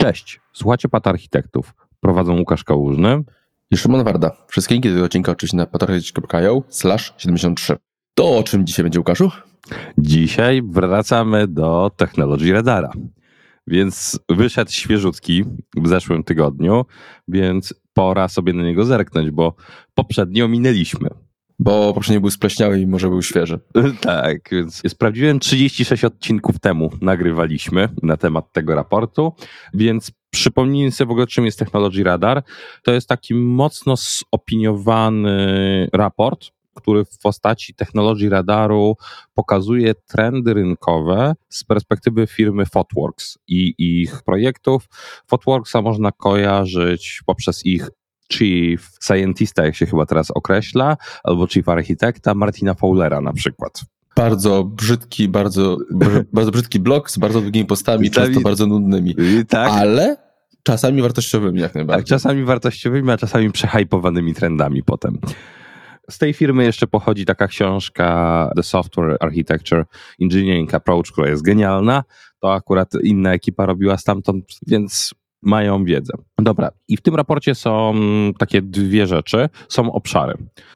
Cześć, słuchacie Pat Architektów. Prowadzą Łukasz Kałużny i Szymon Warda. Wszystkie linki do tego odcinka oczywiście na patarchitect.io/73. To o czym dzisiaj będzie, Łukaszu? Dzisiaj wracamy do Technology Radara. Więc wyszedł świeżutki w zeszłym tygodniu, więc pora sobie na niego zerknąć, bo poprzednio minęliśmy. Bo poprzednio był spleśniały i może był świeży. Tak, więc sprawdziłem, 36 odcinków temu nagrywaliśmy na temat tego raportu, więc przypomnijmy sobie w ogóle, czym jest Technology Radar. To jest taki mocno zopiniowany raport, który w postaci Technology Radaru pokazuje trendy rynkowe z perspektywy firmy ThoughtWorks i ich projektów. ThoughtWorksa można kojarzyć poprzez ich Chief Scientista, jak się chyba teraz określa, albo Chief Architekta Martina Fowlera na przykład. Bardzo brzydki blog z bardzo długimi postami, często bardzo nudnymi, tak, ale czasami wartościowymi jak najbardziej. Tak, czasami wartościowymi, a czasami przehajpowanymi trendami potem. Z tej firmy jeszcze pochodzi taka książka The Software Architecture Engineering Approach, która jest genialna. To akurat inna ekipa robiła stamtąd, więc mają wiedzę. Dobra, i w tym raporcie są takie dwie rzeczy, są obszary.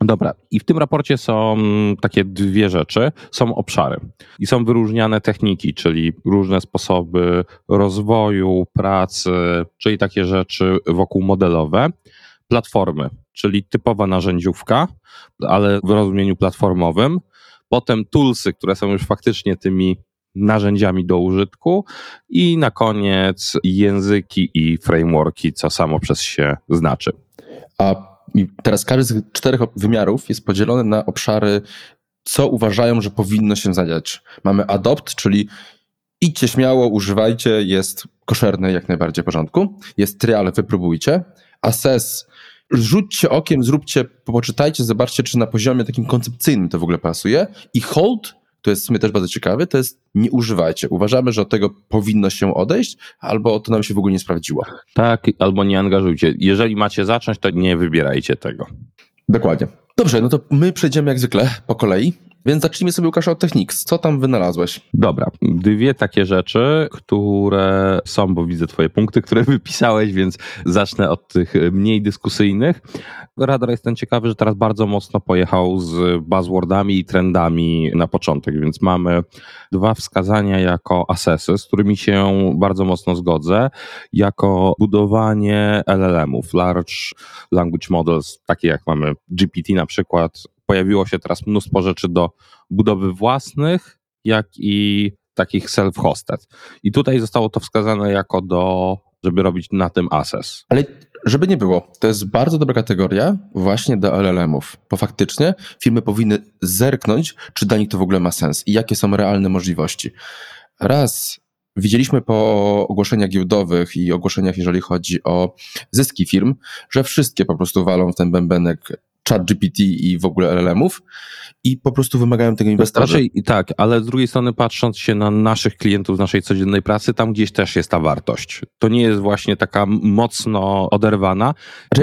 I są wyróżniane techniki, czyli różne sposoby rozwoju, pracy, czyli takie rzeczy wokół modelowe. Platformy, czyli typowa narzędziówka, ale w rozumieniu platformowym. Potem toolsy, które są już faktycznie tymi narzędziami do użytku i na koniec języki i frameworki, co samo przez się znaczy. A teraz każdy z 4 wymiarów jest podzielony na obszary, co uważają, że powinno się zadziać. Mamy adopt, czyli idźcie śmiało, używajcie, jest koszerne, jak najbardziej w porządku. Jest trial, wypróbujcie. Assess, rzućcie okiem, zróbcie, poczytajcie, zobaczcie, czy na poziomie takim koncepcyjnym to w ogóle pasuje. I hold, to jest w sumie też bardzo ciekawy, to jest nie używajcie. Uważamy, że od tego powinno się odejść, albo to nam się w ogóle nie sprawdziło. Tak, albo nie angażujcie. Jeżeli macie zacząć, to nie wybierajcie tego. Dokładnie. Dobrze, no to my przejdziemy jak zwykle po kolei. Więc zacznijmy sobie, Łukasz, od Techniques. Co tam wynalazłeś? Dobra, dwie takie rzeczy, które są, bo widzę twoje punkty, które wypisałeś, więc zacznę od tych mniej dyskusyjnych. Radar jest ten ciekawy, że teraz bardzo mocno pojechał z buzzwordami i trendami na początek, więc mamy 2 wskazania jako assessy, z którymi się bardzo mocno zgodzę, jako budowanie LLM-ów, Large Language Models, takie jak mamy GPT na przykład. Pojawiło się teraz mnóstwo rzeczy do budowy własnych, jak i takich self-hosted. I tutaj zostało to wskazane jako żeby robić na tym assess. Ale żeby nie było, to jest bardzo dobra kategoria właśnie do LLM-ów, bo faktycznie firmy powinny zerknąć, czy dla nich to w ogóle ma sens i jakie są realne możliwości. Raz widzieliśmy po ogłoszeniach giełdowych i ogłoszeniach, jeżeli chodzi o zyski firm, że wszystkie po prostu walą w ten bębenek ChatGPT i w ogóle LLM-ów i po prostu wymagają tego inwestorzy. Raczej tak, ale z drugiej strony patrząc się na naszych klientów z naszej codziennej pracy, tam gdzieś też jest ta wartość. To nie jest właśnie taka mocno oderwana.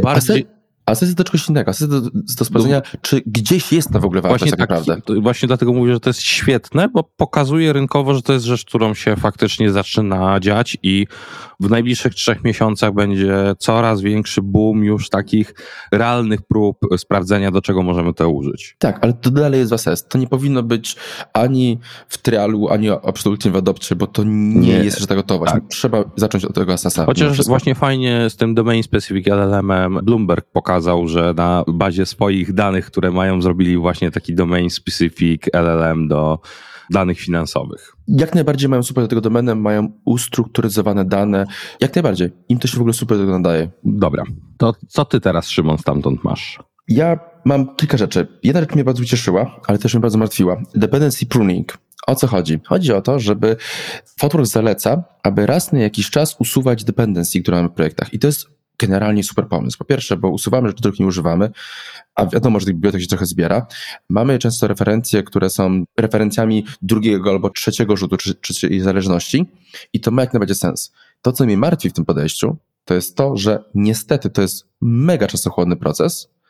Assess jest to czegoś innego. Assess to sprawdzenia, czy gdzieś jest ta w ogóle wartość tak naprawdę. Właśnie dlatego mówię, że to jest świetne, bo pokazuje rynkowo, że to jest rzecz, którą się faktycznie zaczyna dziać i w najbliższych 3 miesiącach będzie coraz większy boom już takich realnych prób sprawdzenia, do czego możemy to użyć. Tak, ale to dalej jest w Assess. To nie powinno być ani w trialu, ani absolutnie w adopcie, bo to nie jest jeszcze ta gotowość. Tak. Trzeba zacząć od tego Assessa. Chociaż właśnie fajnie z tym Domain Specific LLM-em Bloomberg pokazał, że na bazie swoich danych, które mają, zrobili właśnie taki Domain Specific LLM do danych finansowych. Jak najbardziej mają super do tego domenę, mają ustrukturyzowane dane. Jak najbardziej. Im to się w ogóle super do tego nadaje. Dobra. To co ty teraz, Szymon, stamtąd masz? Ja mam kilka rzeczy. Jedna rzecz mnie bardzo ucieszyła, ale też mnie bardzo martwiła. Dependency pruning. O co chodzi? Chodzi o to, żeby ThoughtWorks zaleca, aby raz na jakiś czas usuwać dependency, które mamy w projektach. I to jest generalnie super pomysł. Po pierwsze, bo usuwamy rzeczy, których nie używamy, a wiadomo, że tych bibliotek się trochę zbiera. Mamy często referencje, które są referencjami 2. albo 3. rzutu, czy trzeciej zależności i to ma jak najbardziej sens. To, co mnie martwi w tym podejściu, to jest to, że niestety to jest mega czasochłonny proces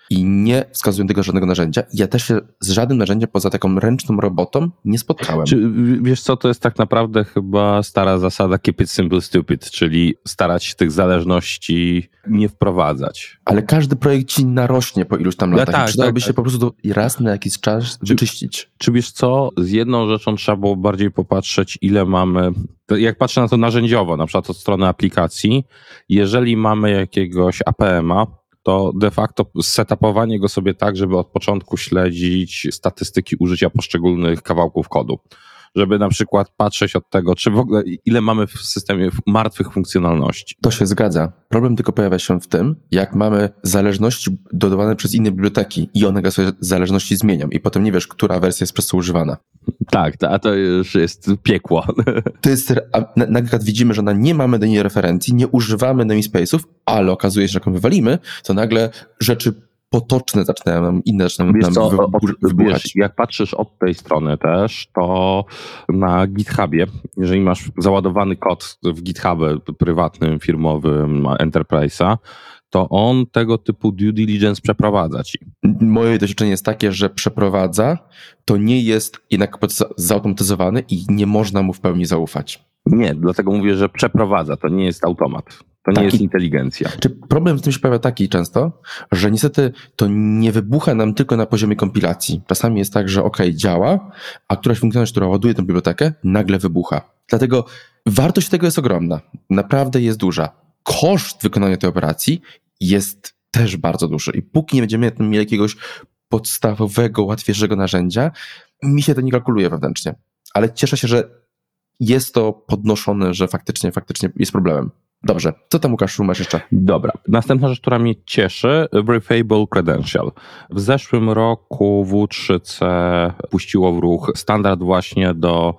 i nie wskazują tego żadnego narzędzia. Ja też się z żadnym narzędziem poza taką ręczną robotą nie spotkałem. Wiesz co, to jest tak naprawdę chyba stara zasada keep it simple stupid, czyli starać się tych zależności nie wprowadzać. Ale każdy projekt ci narośnie po iluś tam latach. Tak, Przydałoby się po prostu raz na jakiś czas wyczyścić. Czy wiesz co, z jedną rzeczą trzeba było bardziej popatrzeć, ile mamy, jak patrzę na to narzędziowo, na przykład od strony aplikacji, jeżeli mamy jakiegoś APM-a, to de facto setupowanie go sobie tak, żeby od początku śledzić statystyki użycia poszczególnych kawałków kodu. Żeby na przykład patrzeć od tego, czy w ogóle ile mamy w systemie martwych funkcjonalności. To się zgadza. Problem tylko pojawia się w tym, jak mamy zależności dodawane przez inne biblioteki i one sobie zależności zmienią i potem nie wiesz, która wersja jest przez co używana. Tak, a to już jest piekło. To jest, na przykład widzimy, że nie mamy do niej referencji, nie używamy namespace'ów, ale okazuje się, że jak ją wywalimy, to nagle rzeczy potoczne zaczynają nam wybuchać. Wiesz, jak patrzysz od tej strony też, to na GitHubie, jeżeli masz załadowany kod w GitHubie prywatnym, firmowym, Enterprise'a, to on tego typu due diligence przeprowadza ci. Moje doświadczenie jest takie, że przeprowadza, to nie jest jednak zautomatyzowany i nie można mu w pełni zaufać. Nie, dlatego mówię, że przeprowadza, to nie jest automat. To nie jest inteligencja. Problem z tym się pojawia taki często, że niestety to nie wybucha nam tylko na poziomie kompilacji. Czasami jest tak, że działa, a któraś funkcjonalność, która ładuje tę bibliotekę, nagle wybucha. Dlatego wartość tego jest ogromna. Naprawdę jest duża. Koszt wykonania tej operacji jest też bardzo duży. I póki nie będziemy mieli jakiegoś podstawowego, łatwiejszego narzędzia, mi się to nie kalkuluje wewnętrznie. Ale cieszę się, że jest to podnoszone, że faktycznie jest problemem. Dobrze, co tam Łukaszu masz jeszcze? Dobra, następna rzecz, która mnie cieszy, Verifiable Credential. W zeszłym roku W3C puściło w ruch standard właśnie do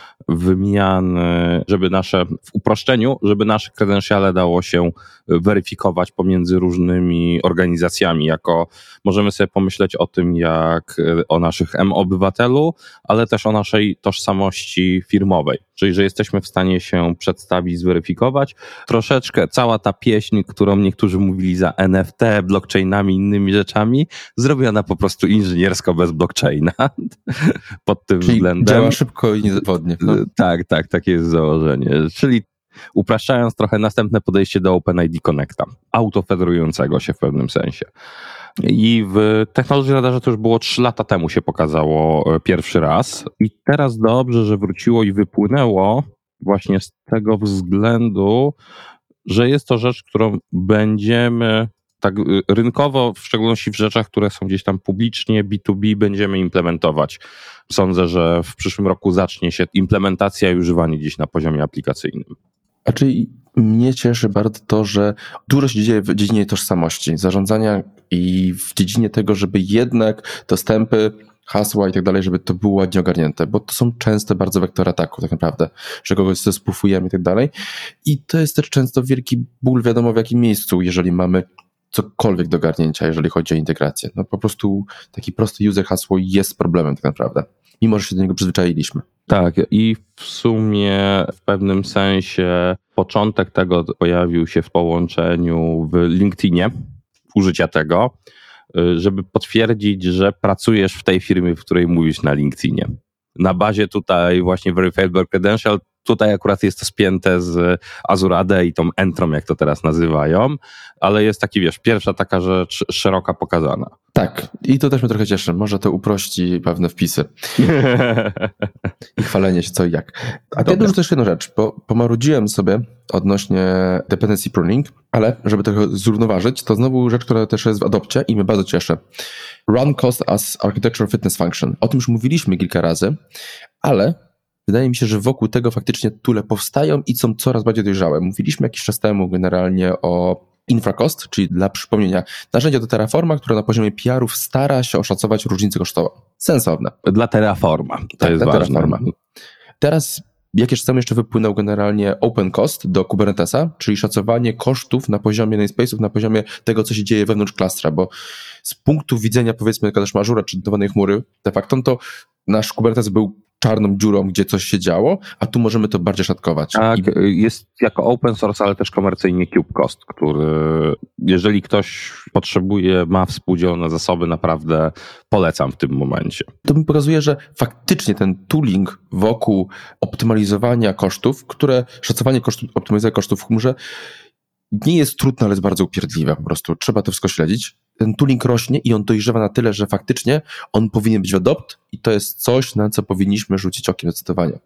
wymiany, w uproszczeniu, żeby nasze credentiale dało się weryfikować pomiędzy różnymi organizacjami. Możemy sobie pomyśleć o tym, jak o naszych obywatelu, ale też o naszej tożsamości firmowej. Czyli, że jesteśmy w stanie się przedstawić, zweryfikować. Troszeczkę cała ta pieśń, którą niektórzy mówili za NFT, blockchainami, innymi rzeczami, zrobiona po prostu inżyniersko bez blockchaina. Pod tym względem. Działa szybko i niezawodnie. No. Tak, takie jest założenie. Czyli upraszczając trochę, następne podejście do OpenID Connecta, autofederującego się w pewnym sensie. I w Technology Radarze to już było 3 lata temu się pokazało pierwszy raz i teraz dobrze, że wróciło i wypłynęło właśnie z tego względu, że jest to rzecz, którą będziemy tak rynkowo, w szczególności w rzeczach, które są gdzieś tam publicznie, B2B, będziemy implementować. Sądzę, że w przyszłym roku zacznie się implementacja i używanie gdzieś na poziomie aplikacyjnym. A czyli mnie cieszy bardzo to, że dużo się dzieje w dziedzinie tożsamości, zarządzania i w dziedzinie tego, żeby jednak dostępy, hasła i tak dalej, żeby to było ładnie ogarnięte, bo to są często bardzo wektory ataku tak naprawdę, że kogoś spoofujemy i tak dalej. I to jest też często wielki ból, wiadomo w jakim miejscu, jeżeli mamy cokolwiek do ogarnięcia, jeżeli chodzi o integrację. No po prostu taki prosty user hasło jest problemem tak naprawdę, mimo że się do niego przyzwyczailiśmy. Tak, i w sumie w pewnym sensie początek tego pojawił się w połączeniu w LinkedInie, użycia tego, żeby potwierdzić, że pracujesz w tej firmie, w której mówisz na LinkedInie. Na bazie tutaj właśnie Verifiable Credential, tutaj akurat jest to spięte z Azure AD i tą Entrą, jak to teraz nazywają, ale jest taki, pierwsza taka rzecz szeroka pokazana. Tak, i to też mnie trochę cieszy. Może to uprości pewne wpisy. I chwalenie się co i jak. A ja dużo też jedną rzecz, bo pomarudziłem sobie odnośnie dependency pruning, ale żeby trochę zrównoważyć, to znowu rzecz, która też jest w adopcie i mnie bardzo cieszy. Run cost as architecture fitness function. O tym już mówiliśmy kilka razy, ale wydaje mi się, że wokół tego faktycznie tule powstają i są coraz bardziej dojrzałe. Mówiliśmy jakiś czas temu generalnie o InfraCost, czyli dla przypomnienia narzędzie do Terraforma, które na poziomie PR-ów stara się oszacować różnicę kosztową. Sensowne. Dla Terraforma. To jest ważne. Terraforma. Teraz jakiś czas temu jeszcze wypłynął generalnie OpenCost do Kubernetesa, czyli szacowanie kosztów na poziomie namespace'ów, na poziomie tego, co się dzieje wewnątrz klastra, bo z punktu widzenia powiedzmy też Azure czy dodawanej chmury de facto, to nasz Kubernetes był czarną dziurą, gdzie coś się działo, a tu możemy to bardziej szatkować. Tak, jest jako open source, ale też komercyjnie KubeCost, który jeżeli ktoś potrzebuje, ma współdzielone zasoby, naprawdę polecam w tym momencie. To mi pokazuje, że faktycznie ten tooling wokół optymalizowania kosztów, szacowanie kosztów, optymalizacja kosztów w chmurze nie jest trudne, ale jest bardzo upierdliwe po prostu. Trzeba to wszystko śledzić. Ten tooling rośnie i on dojrzewa na tyle, że faktycznie on powinien być w adopt i to jest coś, na co powinniśmy rzucić okiem zdecydowanie.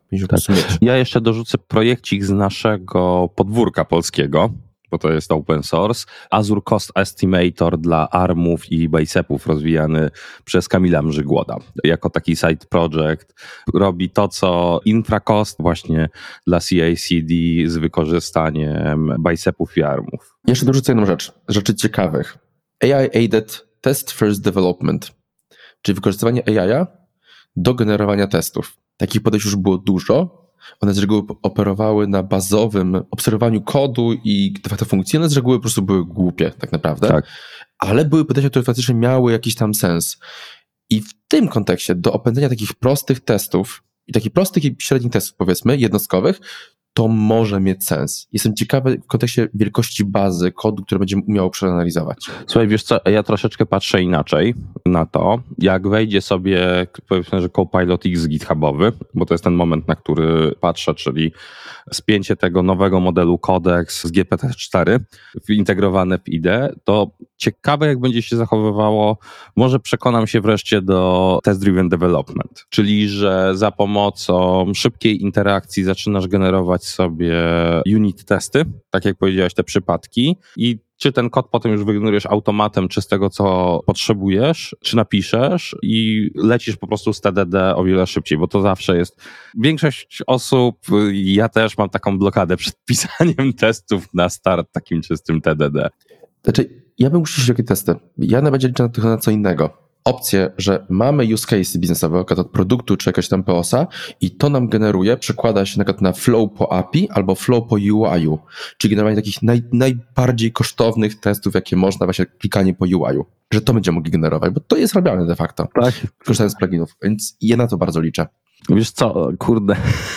Ja jeszcze dorzucę projekcik z naszego podwórka polskiego, bo to jest open source. Azure Cost Estimator dla ARMów i Bicepów rozwijany przez Kamila Mrzygłoda. Jako taki side project robi to, co InfraCost właśnie dla CI/CD z wykorzystaniem Bicepów i ARMów. Jeszcze dorzucę jedną rzecz, rzeczy ciekawych. AI-aided test first development, czyli wykorzystywanie AI do generowania testów. Takich podejść już było dużo. One z reguły operowały na bazowym obserwowaniu kodu i de facto funkcji. One z reguły po prostu były głupie tak naprawdę, Tak. Ale były podejścia, które faktycznie miały jakiś tam sens. I w tym kontekście do opędzenia takich prostych testów i takich prostych i średnich testów, powiedzmy, jednostkowych, to może mieć sens. Jestem ciekawy w kontekście wielkości bazy kodu, który będziemy umiało przeanalizować. Słuchaj, wiesz co, ja troszeczkę patrzę inaczej na to. Jak wejdzie sobie, powiedzmy, że Copilot X GitHubowy, bo to jest ten moment, na który patrzę, czyli spięcie tego nowego modelu Codex z GPT-4 integrowane w IDE, to ciekawe, jak będzie się zachowywało, może przekonam się wreszcie do test-driven development, czyli że za pomocą szybkiej interakcji zaczynasz generować sobie unit testy, tak jak powiedziałeś, te przypadki i czy ten kod potem już wygenerujesz automatem, czy z tego, co potrzebujesz, czy napiszesz i lecisz po prostu z TDD o wiele szybciej, bo to zawsze jest... Większość osób, ja też mam taką blokadę przed pisaniem testów na start takim czystym TDD. Znaczy, ja bym uczył się jakie testy. Ja nawet liczę na co innego. Opcję, że mamy use case biznesowe, od produktu czy jakiegoś tam POS-a i to nam generuje, przekłada się na przykład na flow po API albo flow po UI-u, czyli generowanie takich najbardziej kosztownych testów, jakie można, właśnie klikanie po UI-u, że to będziemy mogli generować, bo to jest robione de facto, Tak. korzystając z pluginów, więc ja na to bardzo liczę. Wiesz co, kurde...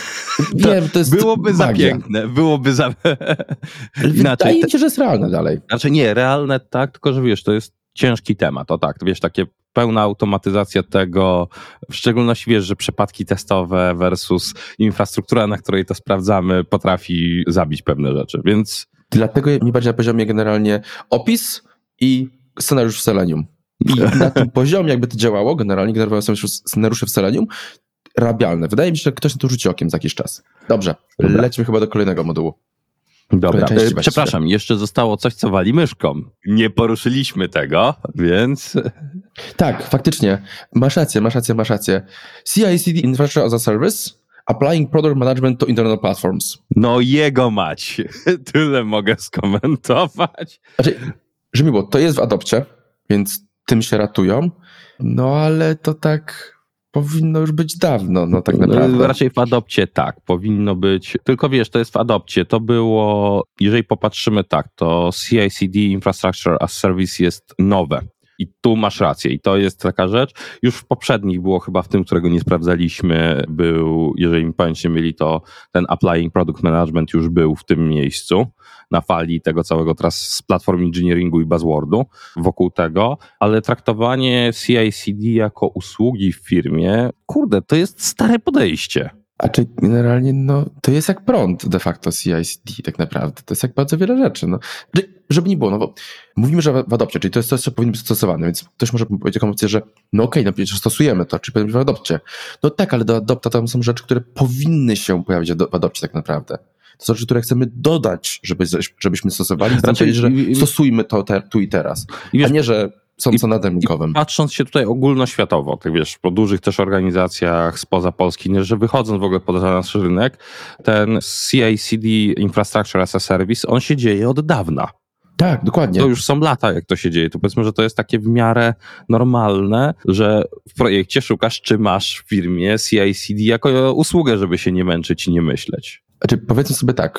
Wiem, to jest byłoby za magia. piękne, byłoby za... Wydaje mi się, że jest realne dalej. Znaczy nie, realne tak, tylko że wiesz, to jest ciężki temat, o tak, wiesz, takie pełna automatyzacja tego, w szczególności wiesz, że przypadki testowe versus infrastruktura, na której to sprawdzamy, potrafi zabić pewne rzeczy, więc... Dlatego mi bardziej na poziomie generalnie opis i scenariusz w Selenium. I na tym poziomie jakby to działało, generalnie generowało scenariusze w Selenium, rabialne. Wydaje mi się, że ktoś na to rzuci okiem za jakiś czas. Dobrze, lecimy chyba do kolejnego modułu. Dobra, przepraszam, jeszcze zostało coś, co wali myszką. Nie poruszyliśmy tego, więc... Tak, faktycznie. Masz rację. CI/CD Infrastructure as a Service, Applying Product Management to Internal Platforms. No jego mać. Tyle mogę skomentować. Znaczy, że mi było, to jest w adopcie, więc tym się ratują, no ale to tak... Powinno już być dawno, no tak naprawdę. Raczej w adopcie tak, powinno być. Tylko wiesz, to jest w adopcie. To było, jeżeli popatrzymy tak, to CI/CD Infrastructure as Service jest nowe. I tu masz rację. I to jest taka rzecz. Już w poprzednich było chyba w tym, którego nie sprawdzaliśmy, był, jeżeli mi pamięć nie myli, to ten Applying Product Management już był w tym miejscu. Na fali tego całego teraz z platform engineeringu i buzzwordu wokół tego, ale traktowanie CI/CD jako usługi w firmie, kurde, to jest stare podejście. A czy generalnie, no, to jest jak prąd de facto CI/CD tak naprawdę. To jest jak bardzo wiele rzeczy. No. Żeby nie było, no bo mówimy, że w adopcie, czyli to jest coś, co powinno być stosowane, więc ktoś może powiedzieć taką opcję, że no okej, no przecież stosujemy to, czyli powinno być w adopcie. No tak, ale do adopta tam są rzeczy, które powinny się pojawić w adopcie tak naprawdę. To są rzeczy, które chcemy dodać, żebyśmy stosowali. Znaczy, że stosujmy to tu i teraz. A nie, że są co nademnikowym. Patrząc się tutaj ogólnoświatowo, tak wiesz, po dużych też organizacjach spoza Polski, że wychodząc w ogóle poza nasz rynek, ten CI/CD Infrastructure as a Service, on się dzieje od dawna. Tak, dokładnie. To już są lata, jak to się dzieje. To powiedzmy, że to jest takie w miarę normalne, że w projekcie szukasz, czy masz w firmie CI/CD jako usługę, żeby się nie męczyć i nie myśleć. Znaczy, powiedzmy sobie tak,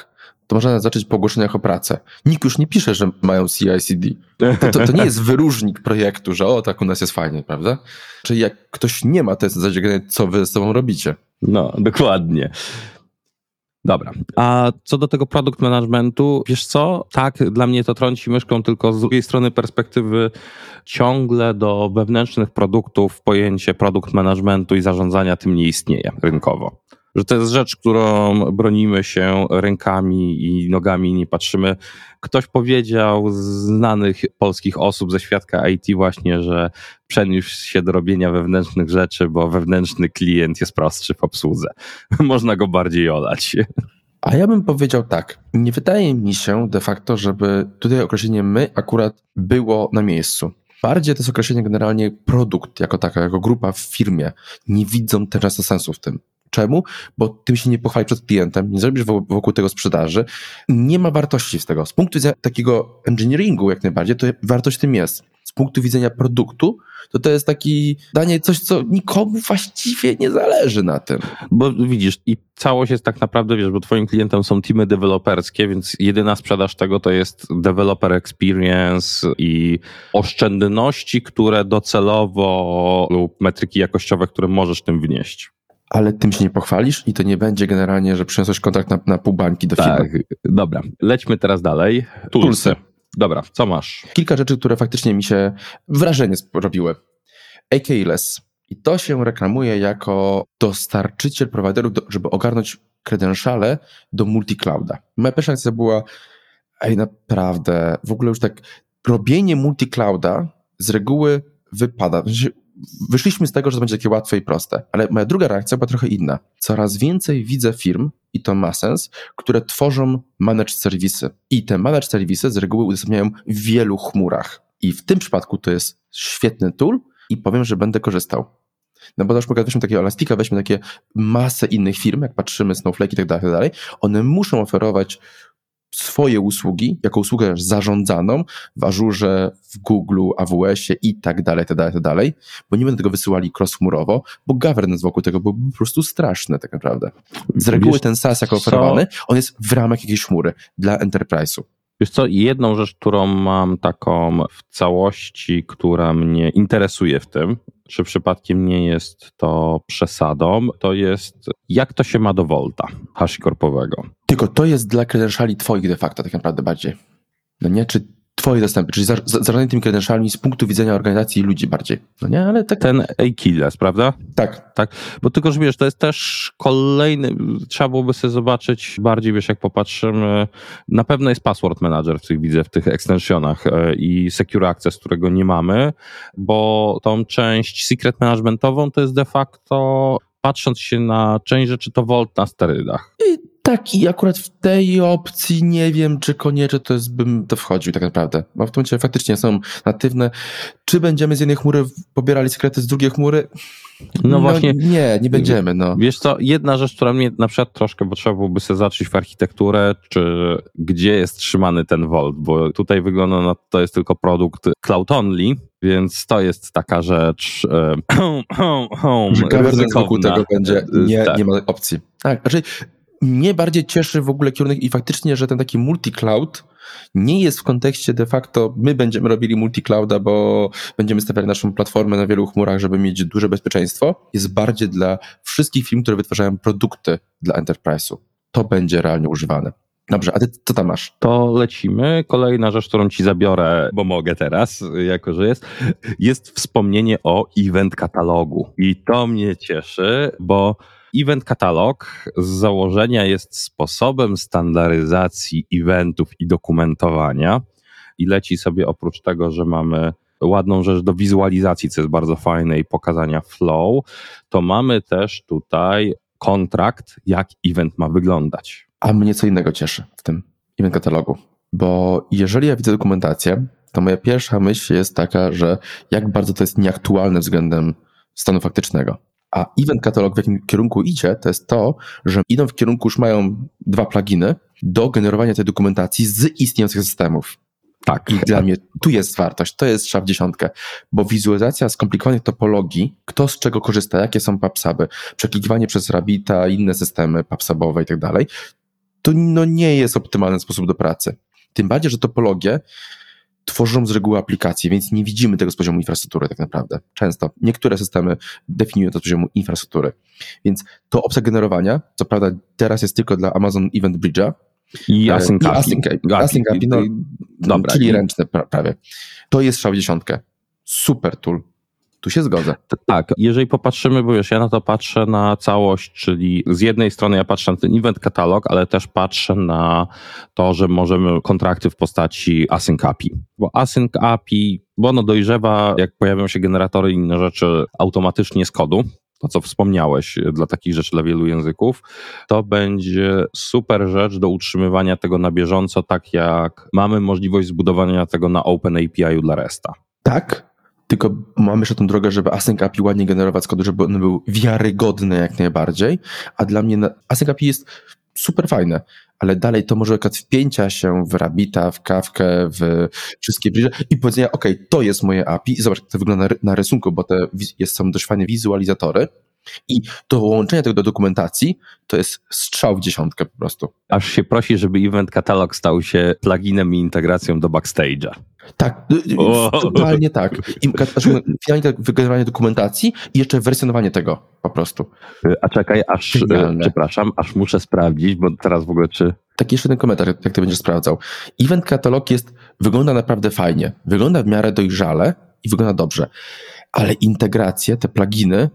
to można zacząć po ogłoszeniach o pracę. Nikt już nie pisze, że mają CI/CD. To nie jest wyróżnik projektu, że tak u nas jest fajnie, prawda? Czyli jak ktoś nie ma, to jest w zasadzie co wy z sobą robicie. No, dokładnie. Dobra, a co do tego product managementu, wiesz co, tak, dla mnie to trąci myszką, tylko z drugiej strony perspektywy ciągle do wewnętrznych produktów pojęcie product managementu i zarządzania tym nie istnieje rynkowo. Że to jest rzecz, którą bronimy się rękami i nogami, nie patrzymy. Ktoś powiedział z znanych polskich osób ze świadka IT właśnie, że przeniósł się do robienia wewnętrznych rzeczy, bo wewnętrzny klient jest prostszy w obsłudze. Można go bardziej olać. A ja bym powiedział tak, nie wydaje mi się de facto, żeby tutaj określenie my akurat było na miejscu. Bardziej to jest określenie generalnie produkt jako taka, jako grupa w firmie. Nie widzą też często sensu w tym. Czemu? Bo tym się nie pochwalisz przed klientem, nie zrobisz wokół tego sprzedaży. Nie ma wartości z tego. Z punktu widzenia takiego engineeringu jak najbardziej, to wartość w tym jest. Z punktu widzenia produktu, to jest taki danie coś, co nikomu właściwie nie zależy na tym. Bo widzisz, i całość jest tak naprawdę, wiesz, bo twoim klientem są teamy deweloperskie, więc jedyna sprzedaż tego to jest developer experience i oszczędności, które docelowo lub metryki jakościowe, które możesz tym wnieść. Ale tym się nie pochwalisz i to nie będzie generalnie, że przyniosłeś kontrakt na pół bańki do firmy. Tak, dobra. Lećmy teraz dalej. Toolsy. Dobra, co masz? Kilka rzeczy, które faktycznie mi się wrażenie robiły. AKLS. I to się reklamuje jako dostarczyciel prowajderów, żeby ogarnąć credentiale do multi-clouda. Moja pierwsza akcja była, naprawdę, w ogóle już tak, robienie multi-clouda z reguły wypada. Wyszliśmy z tego, że to będzie takie łatwe i proste, ale moja druga reakcja była trochę inna. Coraz więcej widzę firm, i to ma sens, które tworzą managed serwisy. I te managed serwisy z reguły udostępniają w wielu chmurach. I w tym przypadku to jest świetny tool i powiem, że będę korzystał. No bo na przykład weźmy takiego Elastica, weźmy takie masę innych firm, jak patrzymy, Snowflake i tak dalej, one muszą oferować swoje usługi, jako usługę zarządzaną w Azurze, w Google, AWS-ie i tak dalej, bo nie będą tego wysyłali cross-chmurowo, bo governance wokół tego byłby po prostu straszny tak naprawdę. Z reguły ten SaaS jako oferowany, on jest w ramach jakiejś chmury dla enterprise'u. Wiesz co, jedną rzecz, którą mam taką w całości, która mnie interesuje w tym, czy przypadkiem nie jest to przesadą, to jest jak to się ma do Volta HashiCorpowego. Tylko to jest dla credentiali twoich de facto tak naprawdę bardziej. No nie? Czy twoje dostępy, czyli zarządzanie tymi credentialami z punktu widzenia organizacji i ludzi bardziej. No nie, ale tak. Ten AKLS, prawda? Tak. Tak, bo tylko, że wiesz, to jest też kolejny, trzeba byłoby sobie zobaczyć bardziej, wiesz, jak popatrzymy, na pewno jest password manager, widzę w tych extensionach i secure access, którego nie mamy, bo tą część secret managementową to jest de facto, patrząc się na część rzeczy, to Vault na sterydach. Tak, i akurat w tej opcji nie wiem, czy koniecznie bym to wchodził tak naprawdę, bo w tym momencie faktycznie są natywne. Czy będziemy z jednej chmury pobierali sekrety z drugiej chmury? No właśnie. Nie będziemy. No. Wiesz co, jedna rzecz, która mnie na przykład troszkę, bo trzeba byłoby sobie zacząć w architekturę, czy gdzie jest trzymany ten Vault, bo tutaj wygląda na to jest tylko produkt cloud only, więc to jest taka rzecz że governance wokół tego będzie, tak. nie ma opcji. Tak, znaczy mnie bardziej cieszy w ogóle kierunek i faktycznie, że ten taki multi-cloud nie jest w kontekście de facto my będziemy robili multi-clouda, bo będziemy stawiali naszą platformę na wielu chmurach, żeby mieć duże bezpieczeństwo. Jest bardziej dla wszystkich firm, które wytwarzają produkty dla enterprise'u. To będzie realnie używane. Dobrze, a ty co tam masz? To lecimy. Kolejna rzecz, którą ci zabiorę, bo mogę teraz, jako że jest wspomnienie o event katalogu. I to mnie cieszy, bo event katalog z założenia jest sposobem standaryzacji eventów i dokumentowania i leci sobie oprócz tego, że mamy ładną rzecz do wizualizacji, co jest bardzo fajne i pokazania flow, to mamy też tutaj kontrakt, jak event ma wyglądać. A mnie co innego cieszy w tym event katalogu, bo jeżeli ja widzę dokumentację, to moja pierwsza myśl jest taka, że jak bardzo to jest nieaktualne względem stanu faktycznego. A event katalog w jakim kierunku idzie, to jest to, że idą w kierunku, już mają 2 pluginy do generowania tej dokumentacji z istniejących systemów. Tak. I dla mnie tu jest wartość, to jest strzał w dziesiątkę, bo wizualizacja skomplikowanych topologii, kto z czego korzysta, jakie są PubSuby, przeklikiwanie przez Rabbita, inne systemy PubSubowe i tak dalej, to nie jest optymalny sposób do pracy. Tym bardziej, że topologie tworzą z reguły aplikacje, więc nie widzimy tego z poziomu infrastruktury tak naprawdę. Często. Niektóre systemy definiują to z poziomu infrastruktury. Więc to opcja generowania, co prawda teraz jest tylko dla Amazon Event Bridge'a, i Async API, dobra, czyli ręczne prawie. To jest strzał w dziesiątkę. Super tool. Tu się zgodzę. Tak, jeżeli popatrzymy, bo wiesz, ja na to patrzę na całość, czyli z jednej strony ja patrzę na ten event katalog, ale też patrzę na to, że możemy kontrakty w postaci Async API. Bo Async API, bo ono dojrzewa, jak pojawią się generatory i inne rzeczy automatycznie z kodu, to co wspomniałeś, dla takich rzeczy, dla wielu języków, to będzie super rzecz do utrzymywania tego na bieżąco, tak jak mamy możliwość zbudowania tego na Open API dla Resta. Tak, tylko mamy jeszcze tą drogę, żeby Async API ładnie generować z kodu, żeby on był wiarygodny jak najbardziej, a dla mnie Async API jest super fajne, ale dalej to może wpięcia się w Rabbita, w Kafkę, w wszystkie bridge i powiedzenia, to jest moje API i zobacz, jak to wygląda na rysunku, bo są dość fajne wizualizatory i do łączenia tego do dokumentacji to jest strzał w dziesiątkę po prostu. Aż się prosi, żeby Event Catalog stał się pluginem i integracją do Backstage'a. Tak, totalnie tak. I finalnie wygenerowanie dokumentacji i jeszcze wersjonowanie tego po prostu. A czekaj, przepraszam, aż muszę sprawdzić, bo teraz w ogóle Taki jeszcze jeden komentarz, jak ty będziesz sprawdzał. Event Catalog wygląda naprawdę fajnie, wygląda w miarę dojrzale i wygląda dobrze, ale integracje, te pluginy,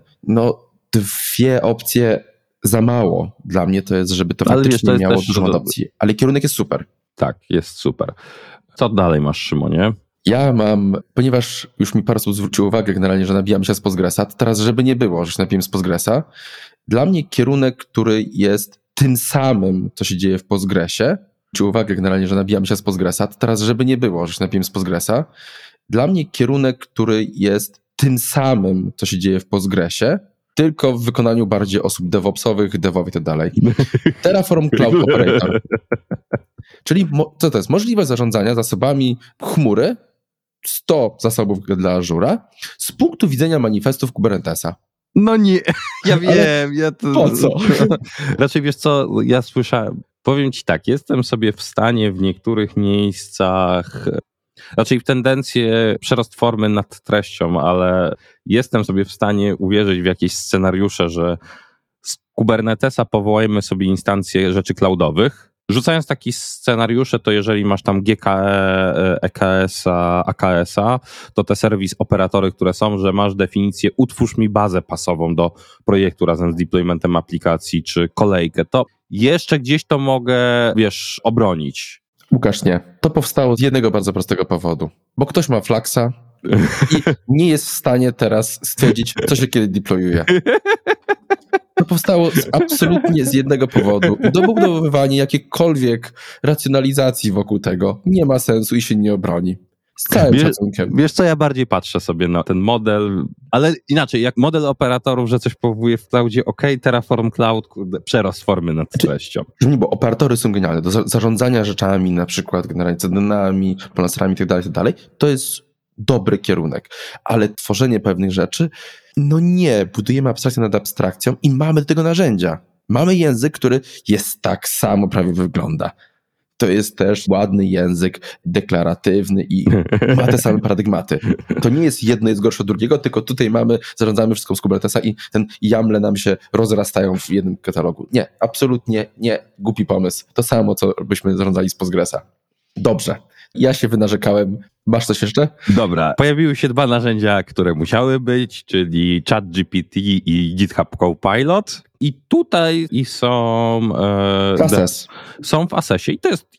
2 opcje za mało dla mnie to jest, żeby to faktycznie miało dużą adopcję. Ale kierunek jest super. Tak, jest super. Co dalej masz, Szymonie? Ja mam, ponieważ już mi parę osób zwróciło uwagę generalnie, że nabijam się z Postgresa, to teraz żeby nie było, że się nabiłem z Postgresa, dla mnie kierunek, który jest tym samym, co się dzieje w Postgresie, zwróciło uwagę generalnie, że nabijam się z Postgresa, to teraz żeby nie było, że się nabiłem z Postgresa, dla mnie kierunek, który jest tym samym, co się dzieje w Postgresie, tylko w wykonaniu bardziej osób DevOpsowych, devowych i tak dalej. Terraform Cloud Operator. Czyli co to jest? Możliwość zarządzania zasobami chmury, 100 zasobów dla Azure'a, z punktu widzenia manifestów Kubernetesa. No nie, ja wiem. Po co? Raczej wiesz co, ja słyszałem, powiem ci tak, jestem sobie w stanie w niektórych miejscach, raczej w tendencję przerost formy nad treścią, ale jestem sobie w stanie uwierzyć w jakieś scenariusze, że z Kubernetesa powołajmy sobie instancje rzeczy cloudowych. Rzucając takie scenariusze, to jeżeli masz tam GKE, EKS-a, AKS-a, to te serwis operatory, które są, że masz definicję utwórz mi bazę pasową do projektu razem z deploymentem aplikacji, czy kolejkę, to jeszcze gdzieś to mogę, obronić. Łukasz, nie. To powstało z jednego bardzo prostego powodu. Bo ktoś ma Flaxa i nie jest w stanie teraz stwierdzić, co się kiedy deployuje. To powstało absolutnie z jednego powodu. Dobudowywanie jakiejkolwiek racjonalizacji wokół tego nie ma sensu i się nie obroni. Z całym szacunkiem. Wiesz co, ja bardziej patrzę sobie na ten model, ale inaczej, jak model operatorów, że coś powołuje w cloudzie, Terraform Cloud, przerost formy nad treścią. Bo operatory są genialne. Do zarządzania rzeczami, na przykład generalnie CDN-ami, polonstrami itd., to jest dobry kierunek. Ale tworzenie pewnych rzeczy, nie, budujemy abstrakcję nad abstrakcją i mamy do tego narzędzia. Mamy język, który jest tak samo prawie wygląda. To jest też ładny język, deklaratywny i ma te same paradygmaty. To nie jest jedno jest gorsze od drugiego, tylko tutaj zarządzamy wszystko z Kubernetesa i ten YAML nam się rozrastają w jednym katalogu. Nie, absolutnie nie. Głupi pomysł. To samo, co byśmy zarządzali z Postgresa. Dobrze. Ja się wynarzekałem. Masz coś jeszcze? Dobra. Pojawiły się 2 narzędzia, które musiały być, czyli ChatGPT i GitHub Copilot. I tutaj są są w Assessie i to jest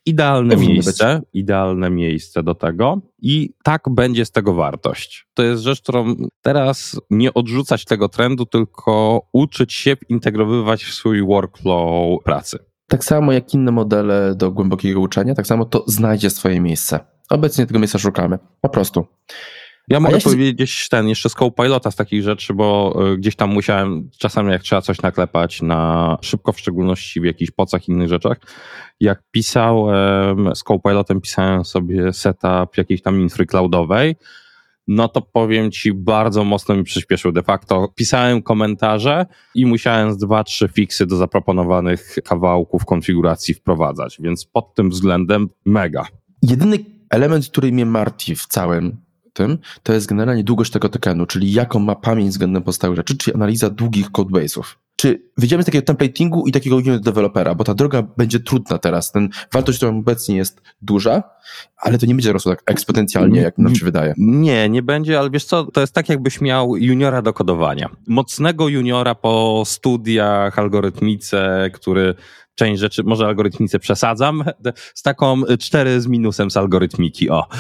idealne miejsce do tego i tak będzie z tego wartość. To jest rzecz, którą teraz nie odrzucać tego trendu, tylko uczyć się integrowywać w swój workflow pracy. Tak samo jak inne modele do głębokiego uczenia, tak samo to znajdzie swoje miejsce. Obecnie tego miejsca szukamy. Po prostu. Ja mogę powiedzieć jeszcze z Copilota z takich rzeczy, bo gdzieś tam musiałem, czasami jak trzeba coś naklepać na szybko, w szczególności w jakichś pocach, innych rzeczach, jak pisałem z Copilotem, pisałem sobie setup jakiejś tam infry cloudowej, no to powiem ci, bardzo mocno mi przyspieszył de facto. Pisałem komentarze i musiałem z 2-3 fiksy do zaproponowanych kawałków konfiguracji wprowadzać, więc pod tym względem mega. Jedyny element, który mnie martwi w całym tym, to jest generalnie długość tego tokenu, czyli jaką ma pamięć względem pozostałych rzeczy, czyli analiza długich codebase'ów. Czy wyjdziemy z takiego templatingu i takiego unit developera, bo ta droga będzie trudna teraz. Wartość, która obecnie jest duża, ale to nie będzie rosło tak eksponencjalnie, jak nam się wydaje. Nie będzie, ale wiesz co, to jest tak, jakbyś miał juniora do kodowania. Mocnego juniora po studiach, algorytmice, który część rzeczy, może algorytmice przesadzam, z taką 4 z minusem z algorytmiki, o.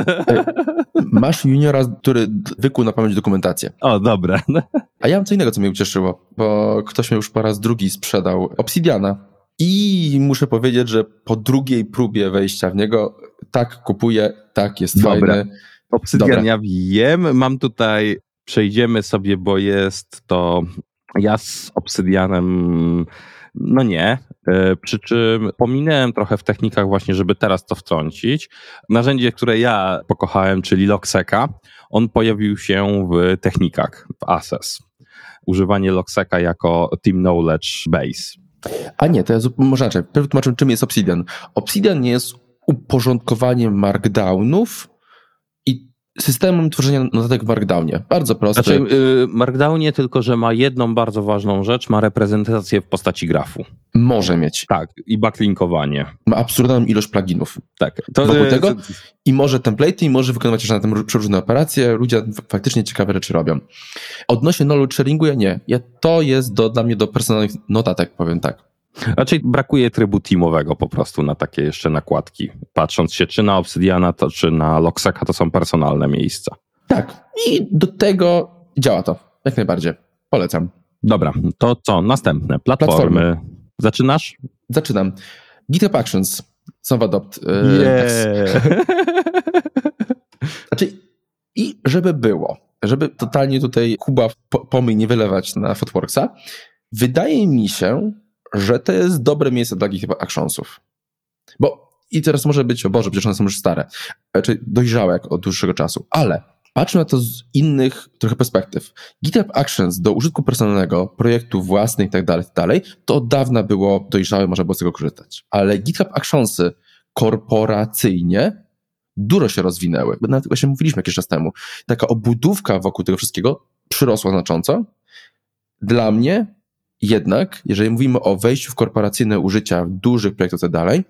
Masz juniora, który wykuł na pamięć dokumentację. O, dobra. A ja mam co innego, co mnie ucieszyło, bo ktoś mnie już po raz drugi sprzedał Obsidiana i muszę powiedzieć, że po drugiej próbie wejścia w niego tak kupuję, tak jest fajny. Obsidian Dobra. Ja wiem, mam tutaj, przejdziemy sobie, bo jest to, ja z Obsidianem, no nie, przy czym pominąłem trochę w technikach właśnie, żeby teraz to wtrącić. Narzędzie, które ja pokochałem, czyli Logseca, on pojawił się w technikach, w Access. Używanie Logseca jako Team Knowledge Base. A nie, to ja może inaczej. Pierwszy tłumaczę, czym jest Obsidian. Obsidian jest uporządkowaniem markdownów i systemem tworzenia notatek w Markdownie. Bardzo prosty. Znaczy, Markdownie tylko, że ma jedną bardzo ważną rzecz, ma reprezentację w postaci grafu. Może mieć. Tak, i backlinkowanie. Ma absurdalną ilość pluginów. Tak. Wokół tego i może template'y, i może wykonywać jeszcze na tym różne operacje. Ludzie faktycznie ciekawe rzeczy robią. Odnośnie knowledge sharingu, to jest dla mnie do personalnych notatek, powiem tak. Raczej brakuje trybu teamowego po prostu na takie jeszcze nakładki. Patrząc się czy na Obsidiana, czy na Logseca, to są personalne miejsca. Tak. I do tego działa to. Jak najbardziej. Polecam. Dobra, to co? Następne. Platformy. Zaczynasz? Zaczynam. GitHub Actions są w Adopt. Znaczy, i żeby totalnie tutaj Kuba pomyj nie wylewać na Thoughtworksa, wydaje mi się, że to jest dobre miejsce dla GitHub Actionsów. I teraz może być, o Boże, przecież one są już stare, czyli dojrzałe jak od dłuższego czasu, ale patrzmy na to z innych trochę perspektyw. GitHub Actions do użytku personalnego, projektów własnych i tak dalej, to od dawna było dojrzałe, można było z tego korzystać. Ale GitHub Actionsy korporacyjnie dużo się rozwinęły. Nawet właśnie mówiliśmy jakiś czas temu. Taka obudówka wokół tego wszystkiego przyrosła znacząco. Dla mnie jednak, jeżeli mówimy o wejściu w korporacyjne użycia dużych projektów i tak dalej,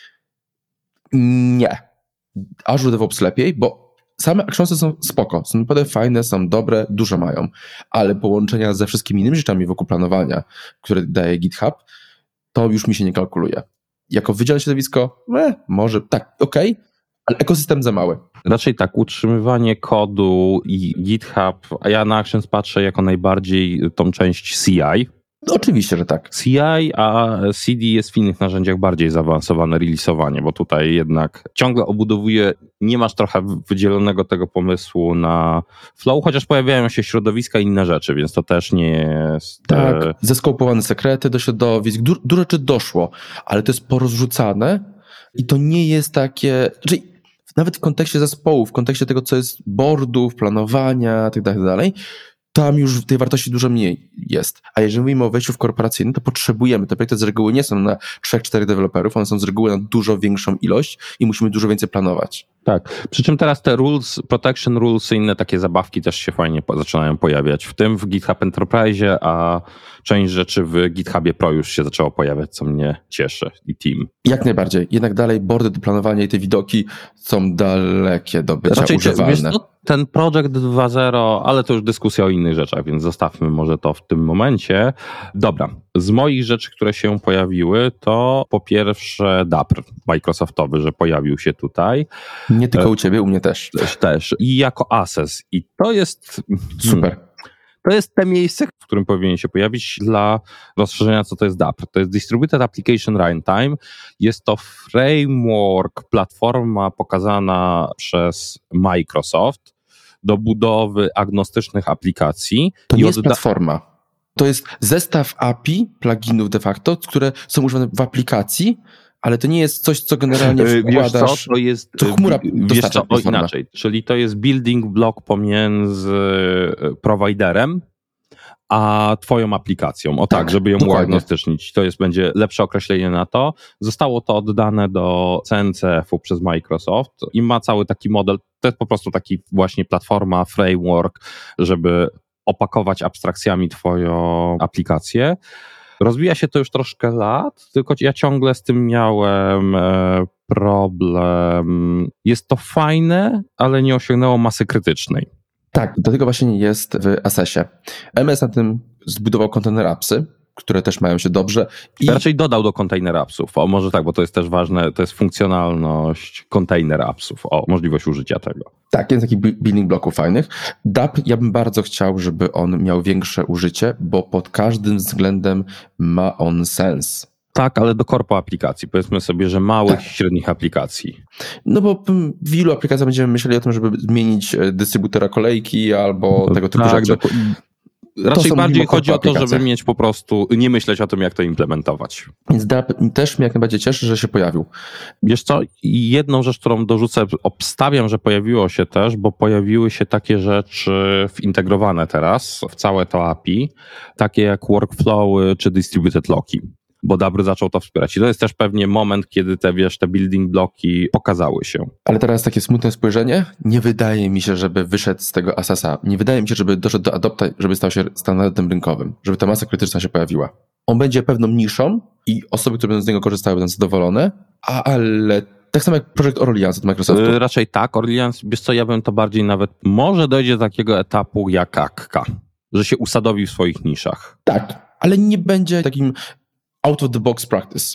nie. Azure DevOps lepiej, bo same actionsy są spoko, są naprawdę fajne, są dobre, dużo mają, ale połączenia ze wszystkimi innymi rzeczami wokół planowania, które daje GitHub, to już mi się nie kalkuluje. Jako wydzielone środowisko, może tak, okej, ale ekosystem za mały. Raczej tak, utrzymywanie kodu i GitHub, a ja na Actions patrzę jako najbardziej tą część CI. No, oczywiście, że tak. CI, a CD jest w innych narzędziach bardziej zaawansowane releasowanie, bo tutaj jednak ciągle obudowuje, nie masz trochę wydzielonego tego pomysłu na flow, chociaż pojawiają się środowiska i inne rzeczy, więc to też nie jest... Tak, zeskopowane sekrety do środowisk, dużo rzeczy doszło, ale to jest porozrzucane i to nie jest takie... Czyli nawet w kontekście zespołów, w kontekście tego, co jest boardów, planowania, tak dalej, tam już tej wartości dużo mniej jest. A jeżeli mówimy o wejściu w korporacyjne, to potrzebujemy. Te projekty z reguły nie są na 3-4 deweloperów, one są z reguły na dużo większą ilość i musimy dużo więcej planować. Tak, przy czym teraz te rules, protection rules i inne takie zabawki też się fajnie zaczynają pojawiać, w tym w GitHub Enterprise, a część rzeczy w GitHubie Pro już się zaczęło pojawiać, co mnie cieszy i team. Jak najbardziej. Jednak dalej boardy do planowania i te widoki są dalekie do bycia używalne. Ten Project 2.0, ale to już dyskusja o innych rzeczach, więc zostawmy może to w tym momencie. Dobra, z moich rzeczy, które się pojawiły, to po pierwsze Dapr Microsoftowy, że pojawił się tutaj. Nie tylko u ciebie, u mnie też. Też. I jako Access. I to jest... Super. To jest te miejsce, w którym powinien się pojawić dla rozszerzenia, co to jest Dapr. To jest Distributed Application Runtime. Jest to framework, platforma pokazana przez Microsoft do budowy agnostycznych aplikacji. To nie jest platforma. To jest zestaw API, pluginów de facto, które są używane w aplikacji, ale to nie jest coś, co generalnie Wiesz wkładasz, co, to jest, co chmura wiesz dostarcza. co, inaczej, czyli to jest building block pomiędzy prowajderem a twoją aplikacją. O tak, żeby ją dokładnie. uagnostycznić. To będzie lepsze określenie na to. Zostało to oddane do CNCF-u przez Microsoft i ma cały taki model. To jest po prostu taki właśnie platforma, framework, żeby opakować abstrakcjami twoją aplikację. Rozwija się to już troszkę lat, tylko ja ciągle z tym miałem problem. Jest to fajne, ale nie osiągnęło masy krytycznej. Tak, do tego właśnie jest w Accessie. MS na tym zbudował container appsy, które też mają się dobrze. I raczej dodał do container appsów. O, może tak, bo to jest też ważne, to jest funkcjonalność container appsów, możliwość użycia tego. Tak, jest taki building blocków fajnych. DAP ja bym bardzo chciał, żeby on miał większe użycie, bo pod każdym względem ma on sens. Tak, ale do korpo aplikacji. Powiedzmy sobie, że małych i średnich aplikacji. No bo w wielu aplikacjach będziemy myśleli o tym, żeby zmienić dystrybutora kolejki albo tego typu rzeczy. Raczej bardziej chodzi o to, żeby mieć po prostu, nie myśleć o tym, jak to implementować. Więc DAP też mnie jak najbardziej cieszy, że się pojawił. Wiesz co, jedną rzecz, którą dorzucę, obstawiam, że pojawiło się też, bo pojawiły się takie rzeczy wintegrowane teraz w całe to API, takie jak workflowy czy distributed locki. Bo Dabry zaczął to wspierać. I to jest też pewnie moment, kiedy te building bloki pokazały się. Ale teraz takie smutne spojrzenie. Nie wydaje mi się, żeby wyszedł z tego Accessa. Nie wydaje mi się, żeby doszedł do Adopta, żeby stał się standardem rynkowym. Żeby ta masa krytyczna się pojawiła. On będzie pewną niszą i osoby, które będą z niego korzystały, będą zadowolone, ale tak samo jak projekt Orleans od Microsoftu. Raczej tak. Orleans, wiesz co, ja bym to bardziej nawet, może dojdzie do takiego etapu jak Akka, że się usadowi w swoich niszach. Tak, ale nie będzie takim out of the box practice.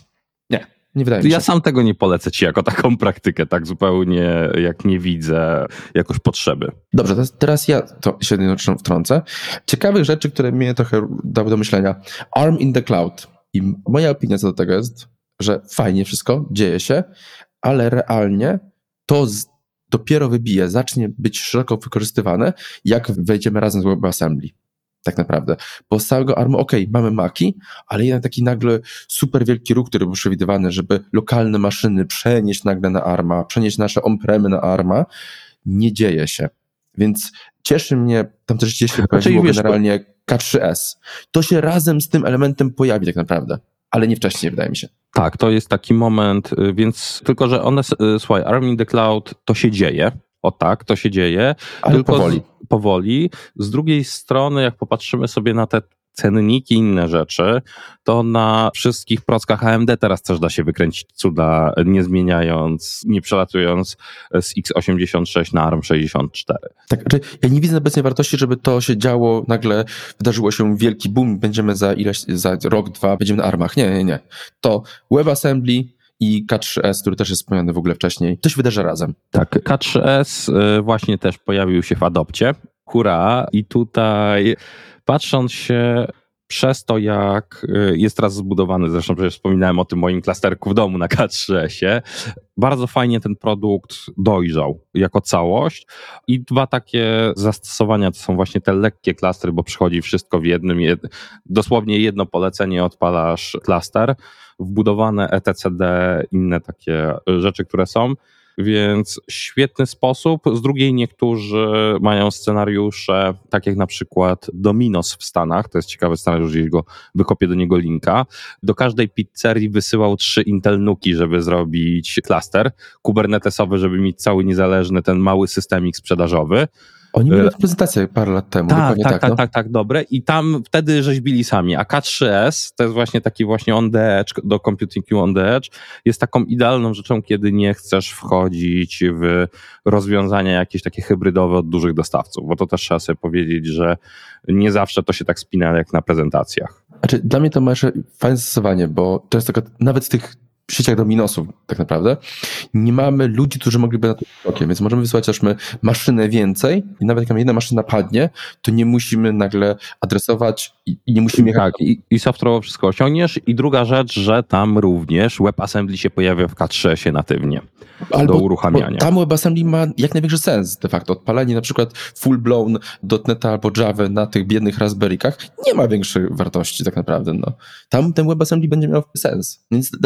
Nie wydaje mi się. Ja sam tego nie polecę ci jako taką praktykę, tak zupełnie jak nie widzę jakoś potrzeby. Dobrze, teraz ja to się wtrącę. Ciekawych rzeczy, które mnie trochę dały do myślenia. ARM in the cloud. I moja opinia co do tego jest, że fajnie wszystko, dzieje się, ale realnie to dopiero wybije, zacznie być szeroko wykorzystywane, jak wejdziemy razem z WebAssembly. Tak naprawdę. Bo z całego ARMu, mamy Maki, ale jeden taki nagle super wielki ruch, który był przewidywany, żeby lokalne maszyny przenieść nagle na ARMa, przenieść nasze on-premy na ARMa, nie dzieje się. Więc cieszy mnie, tam też gdzieś się pojawiło generalnie K3S. To się razem z tym elementem pojawi tak naprawdę, ale nie wcześniej, wydaje mi się. Tak, to jest taki moment, więc tylko, że one, słuchaj, ARM in the Cloud to się dzieje. O tak, to się dzieje. Ale tylko powoli. Z drugiej strony, jak popatrzymy sobie na te cenniki i inne rzeczy, to na wszystkich prockach AMD teraz też da się wykręcić cuda, nie zmieniając, nie przelatując z x86 na ARM 64. Tak, ja nie widzę obecnej wartości, żeby to się działo, nagle wydarzyło się wielki boom, będziemy za rok, dwa, będziemy na ARMach. Nie. To WebAssembly i K3S, który też jest wspomniany w ogóle wcześniej, to się wydarza razem. Tak, K3S właśnie też pojawił się w Adopcie. Hurra! I tutaj patrząc się przez to, jak jest teraz zbudowany, zresztą przecież wspominałem o tym moim klasterku w domu na K3S-ie, bardzo fajnie ten produkt dojrzał jako całość i dwa takie zastosowania to są właśnie te lekkie klastry, bo przychodzi wszystko w jednym, dosłownie jedno polecenie, odpalasz klaster, wbudowane etcd, inne takie rzeczy, które są. Więc świetny sposób. Z drugiej niektórzy mają scenariusze, tak jak na przykład Domino's w Stanach, to jest ciekawy scenariusz, gdzieś go wykopię do niego linka. Do każdej pizzerii wysyłał 3 Intel Nuki, żeby zrobić klaster kubernetesowy, żeby mieć cały niezależny ten mały systemik sprzedażowy. Oni mieli prezentację parę lat temu. Tak, dobre. I tam wtedy rzeźbili sami. A K3S to jest właśnie taki właśnie on the edge, do Computing on the edge, jest taką idealną rzeczą, kiedy nie chcesz wchodzić w rozwiązania jakieś takie hybrydowe od dużych dostawców, bo to też trzeba sobie powiedzieć, że nie zawsze to się tak spina jak na prezentacjach. Znaczy, dla mnie to ma jeszcze fajne zastosowanie, bo to jest taka, nawet w tych sieciach Dominosów tak naprawdę, nie mamy ludzi, którzy mogliby na to krokiem, więc możemy wysłać aż maszynę więcej i nawet jak nam jedna maszyna padnie, to nie musimy nagle adresować i nie musimy jechać. Tak, i software'owo wszystko osiągniesz. I druga rzecz, że tam również WebAssembly się pojawia w K3S-ie natywnie do uruchamiania. Tam WebAssembly ma jak największy sens de facto. Odpalanie na przykład full-blown .NETA albo Java na tych biednych Raspberrykach nie ma większej wartości tak naprawdę. No. Tam ten WebAssembly będzie miał sens. Więc dlatego się mówię, że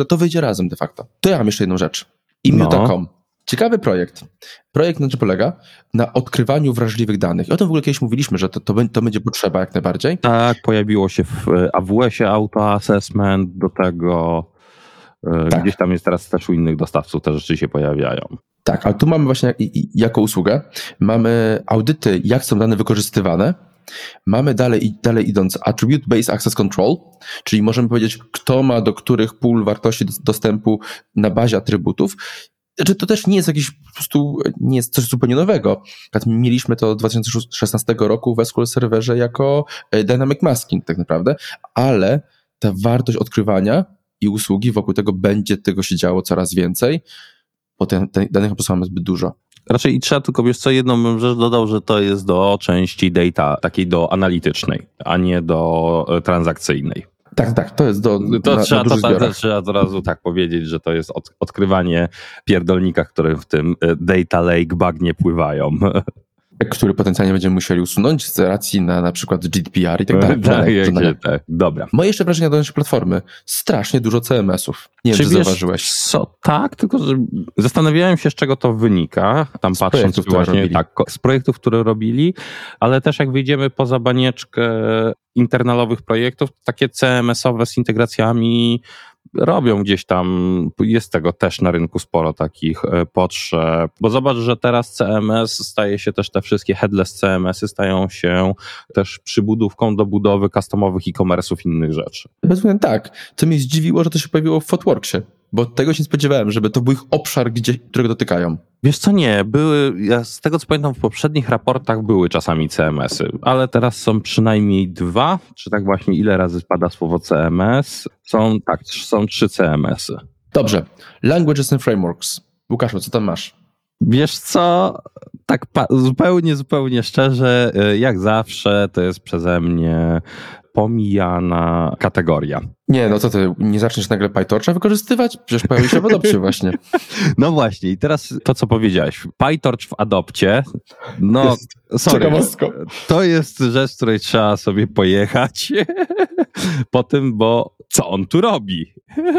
to wyjdzie razem de facto. To ja mam jeszcze jedną rzecz. Immute.com. Ciekawy projekt. Projekt na czym polega? Na odkrywaniu wrażliwych danych. I o tym w ogóle kiedyś mówiliśmy, że to będzie potrzeba jak najbardziej. Tak, pojawiło się w AWS-ie Auto Assessment, do tego gdzieś tam jest teraz też u innych dostawców, te rzeczy się pojawiają. Tak, ale tu mamy właśnie jako usługę, mamy audyty, jak są dane wykorzystywane, mamy dalej idąc Attribute Based Access Control, czyli możemy powiedzieć, kto ma do których pól wartości dostępu na bazie atrybutów. Znaczy, to też nie jest jakiś po prostu, nie jest coś zupełnie nowego. Mieliśmy to od 2016 roku w SQL Serverze jako Dynamic Masking tak naprawdę, ale ta wartość odkrywania i usługi wokół tego będzie tego się działo coraz więcej, bo danych po prostu mamy zbyt dużo. Raczej i trzeba tylko, wiesz co, jedną bym rzecz dodał, że to jest do części data, takiej do analitycznej, a nie do transakcyjnej. Tak, to jest trzeba od razu tak powiedzieć, że to jest odkrywanie pierdolnika, które w tym data lake bagnie pływają. Który potencjalnie będziemy musieli usunąć z racji na przykład GDPR i tak dalej. Tak, dobra. Moje jeszcze wrażenia do naszej platformy. Strasznie dużo CMS-ów. Nie wiem, czy zauważyłeś. Tak, tylko że zastanawiałem się, z czego to wynika. Tam z patrząc właśnie z projektów, które robili, ale też jak wyjdziemy poza banieczkę internalowych projektów, takie CMS-owe z integracjami robią gdzieś tam, jest tego też na rynku sporo takich potrzeb, bo zobacz, że teraz CMS staje się też, te wszystkie headless CMS-y stają się też przybudówką do budowy customowych e-commerce'ów i innych rzeczy. Bezwzględnie tak. Co mnie zdziwiło, że to się pojawiło w ThoughtWorksie, bo tego się nie spodziewałem, żeby to był ich obszar, którego dotykają. Wiesz co, nie, ja z tego co pamiętam w poprzednich raportach były czasami CMS-y, ale teraz są przynajmniej 2, czy tak właśnie ile razy pada słowo CMS? Są 3 CMS-y. Dobrze, Languages and Frameworks. Łukaszu, co tam masz? Wiesz co, tak zupełnie szczerze, jak zawsze to jest przeze mnie pomijana kategoria. Nie, no co ty, nie zaczniesz nagle PyTorcha wykorzystywać? Przecież pojawił się w Adopcie właśnie. No właśnie i teraz to, co powiedziałeś. PyTorch w Adopcie, no sorry, to jest rzecz, z której trzeba sobie pojechać po tym, bo co on tu robi?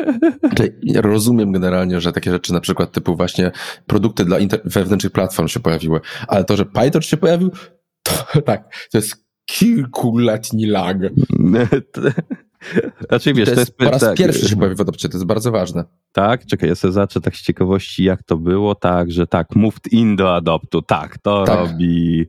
Ja rozumiem generalnie, że takie rzeczy na przykład typu właśnie produkty dla wewnętrznych platform się pojawiły, ale to, że PyTorch się pojawił, to tak, to jest kilkuletni lag. Znaczy, wiesz, to jest po raz pierwszy się pojawi w Adopcie, to jest bardzo ważne. Tak, czekaj, ja sobie zaczę tak z ciekawości, jak to było, tak, że tak, moved in do Adoptu, tak, to robi...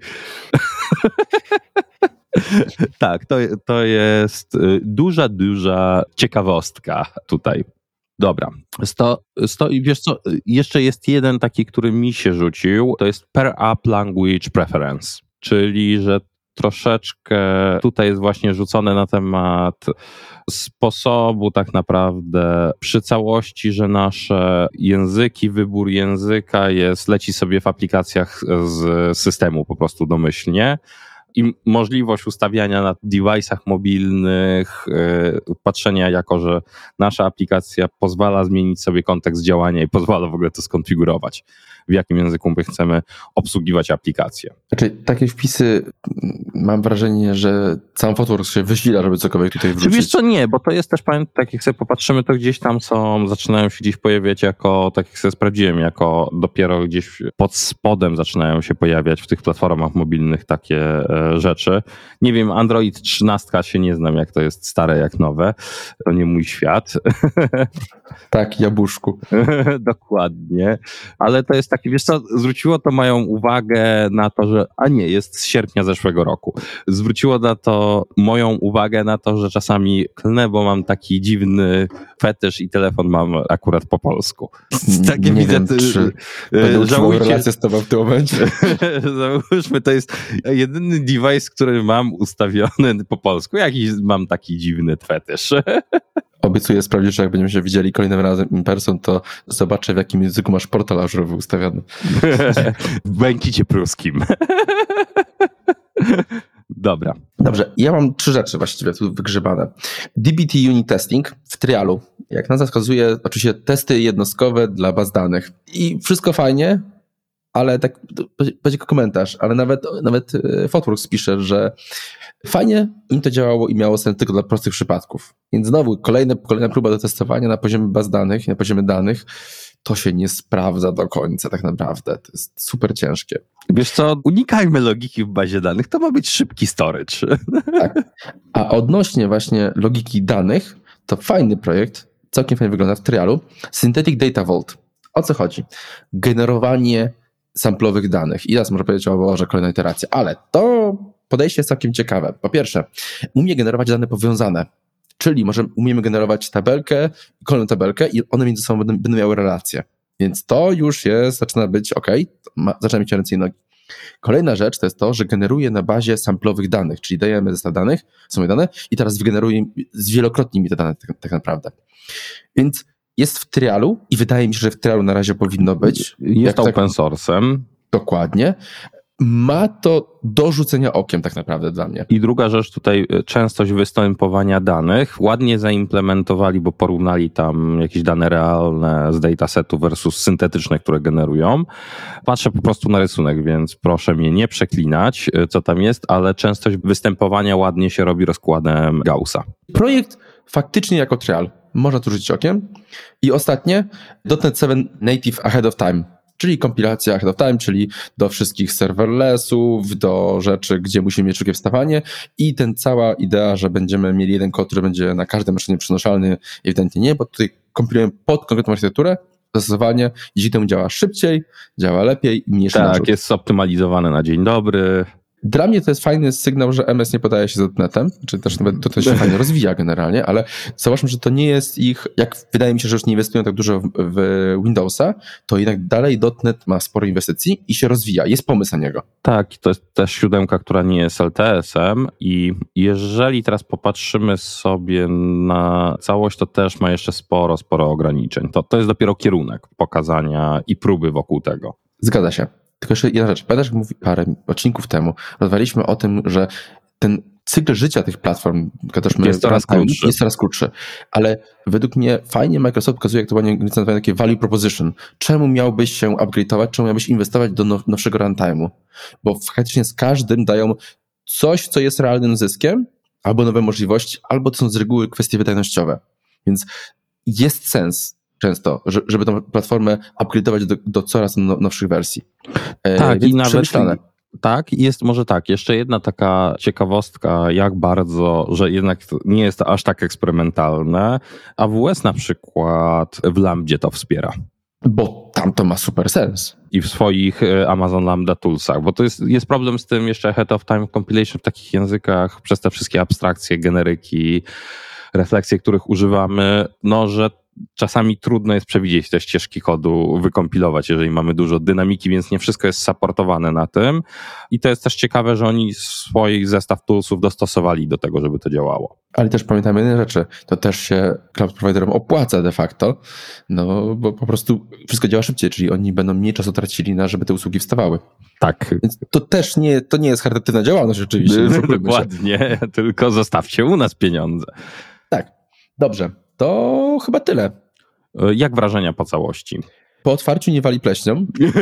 Tak, to jest duża ciekawostka tutaj. Dobra, i wiesz co, jeszcze jest jeden taki, który mi się rzucił, to jest per app language preference, czyli że troszeczkę tutaj jest właśnie rzucone na temat sposobu tak naprawdę przy całości, że nasze języki, wybór języka leci sobie w aplikacjach z systemu po prostu domyślnie. I możliwość ustawiania na device'ach mobilnych, patrzenia jako, że nasza aplikacja pozwala zmienić sobie kontekst działania i pozwala w ogóle to skonfigurować, w jakim języku my chcemy obsługiwać aplikację. Znaczy, takie wpisy, mam wrażenie, że sam ThoughtWorks się wysila, żeby cokolwiek tutaj wrzucić. Wiesz co, nie, bo to jest też, tak jak sobie popatrzymy, to gdzieś tam zaczynają się gdzieś pojawiać jako, tak jak sobie sprawdziłem, jako dopiero gdzieś pod spodem zaczynają się pojawiać w tych platformach mobilnych takie rzeczy. Nie wiem, Android 13 się nie znam, jak to jest stare, jak nowe. To nie mój świat. Tak, jabłuszku. Dokładnie. Ale to jest taki, wiesz co, zwróciło to moją uwagę na to, że, jest z sierpnia zeszłego roku. Zwróciło moją uwagę na to, że czasami klnę, bo mam taki dziwny fetysz i telefon mam akurat po polsku. Takie nie wiem, czy będę utrzymał relację z tobą w tym momencie. Załóżmy, to jest jedyny device, który mam ustawiony po polsku. Jakiś mam taki dziwny fetysz. Obiecuję sprawdzić, że jak będziemy się widzieli kolejnym razem in person, to zobaczę, w jakim języku masz portal ażurowy ustawiony. W błękicie pruskim. Dobra. Dobrze, ja mam 3 rzeczy właściwie tu wygrzebane. DBT Unit Testing w trialu. Jak nazwa wskazuje, oczywiście testy jednostkowe dla baz danych. I wszystko fajnie, ale tak będzie komentarz, ale nawet Thoughtworks pisze, że fajnie im to działało i miało sens tylko dla prostych przypadków. Więc znowu kolejna próba do testowania na poziomie baz danych, na poziomie danych, to się nie sprawdza do końca tak naprawdę. To jest super ciężkie. Wiesz co, unikajmy logiki w bazie danych, to ma być szybki storage. Tak. A odnośnie właśnie logiki danych, to fajny projekt, całkiem fajnie wygląda w trialu, Synthetic Data Vault. O co chodzi? Generowanie samplowych danych. I teraz może powiedzieć, o Boże, kolejna iteracja, ale to podejście jest całkiem ciekawe. Po pierwsze, umie generować dane powiązane, czyli umiemy generować tabelkę, kolejną tabelkę i one między sobą będą miały relacje. Więc to już zaczyna być zaczyna mieć ręce i nogi. Kolejna rzecz to jest to, że generuje na bazie samplowych danych, czyli dajemy zestaw danych, są dane i teraz wygeneruje zwielokrotnie mi te dane tak naprawdę. Więc jest w trialu i wydaje mi się, że w trialu na razie powinno być. Jest open source'em. Dokładnie. Ma to do rzucenia okiem tak naprawdę dla mnie. I druga rzecz tutaj, częstość występowania danych. Ładnie zaimplementowali, bo porównali tam jakieś dane realne z datasetu versus syntetyczne, które generują. Patrzę po prostu na rysunek, więc proszę mnie nie przeklinać, co tam jest, ale częstość występowania ładnie się robi rozkładem Gaussa. Projekt faktycznie jako trial. Można tu rzucić okiem. I ostatnie, .NET 7 Native Ahead of Time. Czyli kompilacja ahead of time, czyli do wszystkich serverlessów, do rzeczy, gdzie musimy mieć szybkie wstawanie i cała idea, że będziemy mieli jeden kod, który będzie na każdej maszynie przenoszalny, ewidentnie nie, bo tutaj kompilujemy pod konkretną architekturę, zastosowanie, dzięki temu działa szybciej, działa lepiej i mniejszy narzut. Tak, jest zoptymalizowany na dzień dobry. Dla mnie to jest fajny sygnał, że MS nie podaje się z .NET-em, czy też nawet to się fajnie rozwija generalnie, ale zauważmy, że to nie jest ich, jak wydaje mi się, że już nie inwestują tak dużo w Windowsa, to jednak dalej .NET ma sporo inwestycji i się rozwija, jest pomysł na niego. Tak, to jest też 7, która nie jest LTS-em i jeżeli teraz popatrzymy sobie na całość, to też ma jeszcze sporo ograniczeń. To jest dopiero kierunek pokazania i próby wokół tego. Zgadza się. Tylko jeszcze jedna rzecz. Pamiętasz, jak parę odcinków temu rozmawialiśmy o tym, że ten cykl życia tych platform jest coraz krótszy. Ale według mnie fajnie Microsoft pokazuje, jak to ładnie nazywa takie value proposition. Czemu miałbyś się upgrade'ować, czemu miałbyś inwestować do nowszego runtime'u? Bo faktycznie z każdym dają coś, co jest realnym zyskiem, albo nowe możliwości, albo to są z reguły kwestie wydajnościowe. Więc jest sens często, żeby tą platformę upgrade'ować do coraz nowszych wersji. Tak, i nawet przemyślane. Tak, jest może tak. Jeszcze jedna taka ciekawostka, jak bardzo, że jednak nie jest to aż tak eksperymentalne. AWS na przykład w Lambdzie to wspiera. Bo tam to ma super sens. I w swoich Amazon Lambda Toolsach, bo to jest problem z tym jeszcze ahead of time compilation w takich językach, przez te wszystkie abstrakcje, generyki, refleksje, których używamy, że czasami trudno jest przewidzieć te ścieżki kodu, wykompilować, jeżeli mamy dużo dynamiki, więc nie wszystko jest supportowane na tym. I to jest też ciekawe, że oni swój zestaw toolsów dostosowali do tego, żeby to działało. Ale też pamiętajmy jedne rzeczy, to też się cloud providerom opłaca de facto, bo po prostu wszystko działa szybciej, czyli oni będą mniej czasu tracili żeby te usługi wstawały. Tak. Więc to też nie jest charytatywna działalność oczywiście. Dokładnie, tylko zostawcie u nas pieniądze. Tak, dobrze. To chyba tyle. Jak wrażenia po całości? Po otwarciu nie wali pleśnią.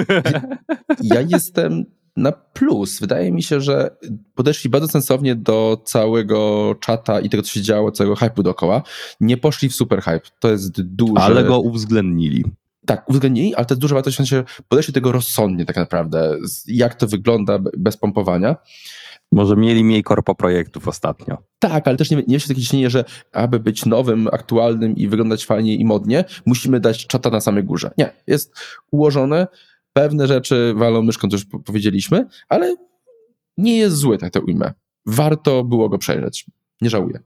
Ja jestem na plus. Wydaje mi się, że podeszli bardzo sensownie do całego czata i tego, co się działo, całego hype'u dookoła. Nie poszli w super hype. To jest duże. Ale go uwzględnili. Tak, uwzględnili, ale to jest duża wartość, w sensie podeszli do tego rozsądnie tak naprawdę. Jak to wygląda bez pompowania. Może mieli mniej korpo projektów ostatnio. Tak, ale też nie jest takie ciśnienie, że aby być nowym, aktualnym i wyglądać fajnie i modnie, musimy dać czata na samej górze. Nie, jest ułożone, pewne rzeczy walą myszką, to już powiedzieliśmy, ale nie jest zły, tak to ujmę. Warto było go przejrzeć. Nie żałuję.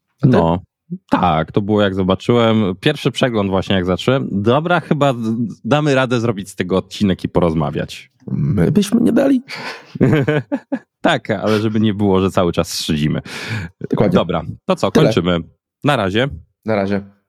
Tak, to było jak zobaczyłem. Pierwszy przegląd właśnie jak zacząłem. Dobra, chyba damy radę zrobić z tego odcinek i porozmawiać. My byśmy nie dali. Tak, ale żeby nie było, że cały czas szydzimy. Dokładnie. Dobra, to co, kończymy. Na razie. Na razie.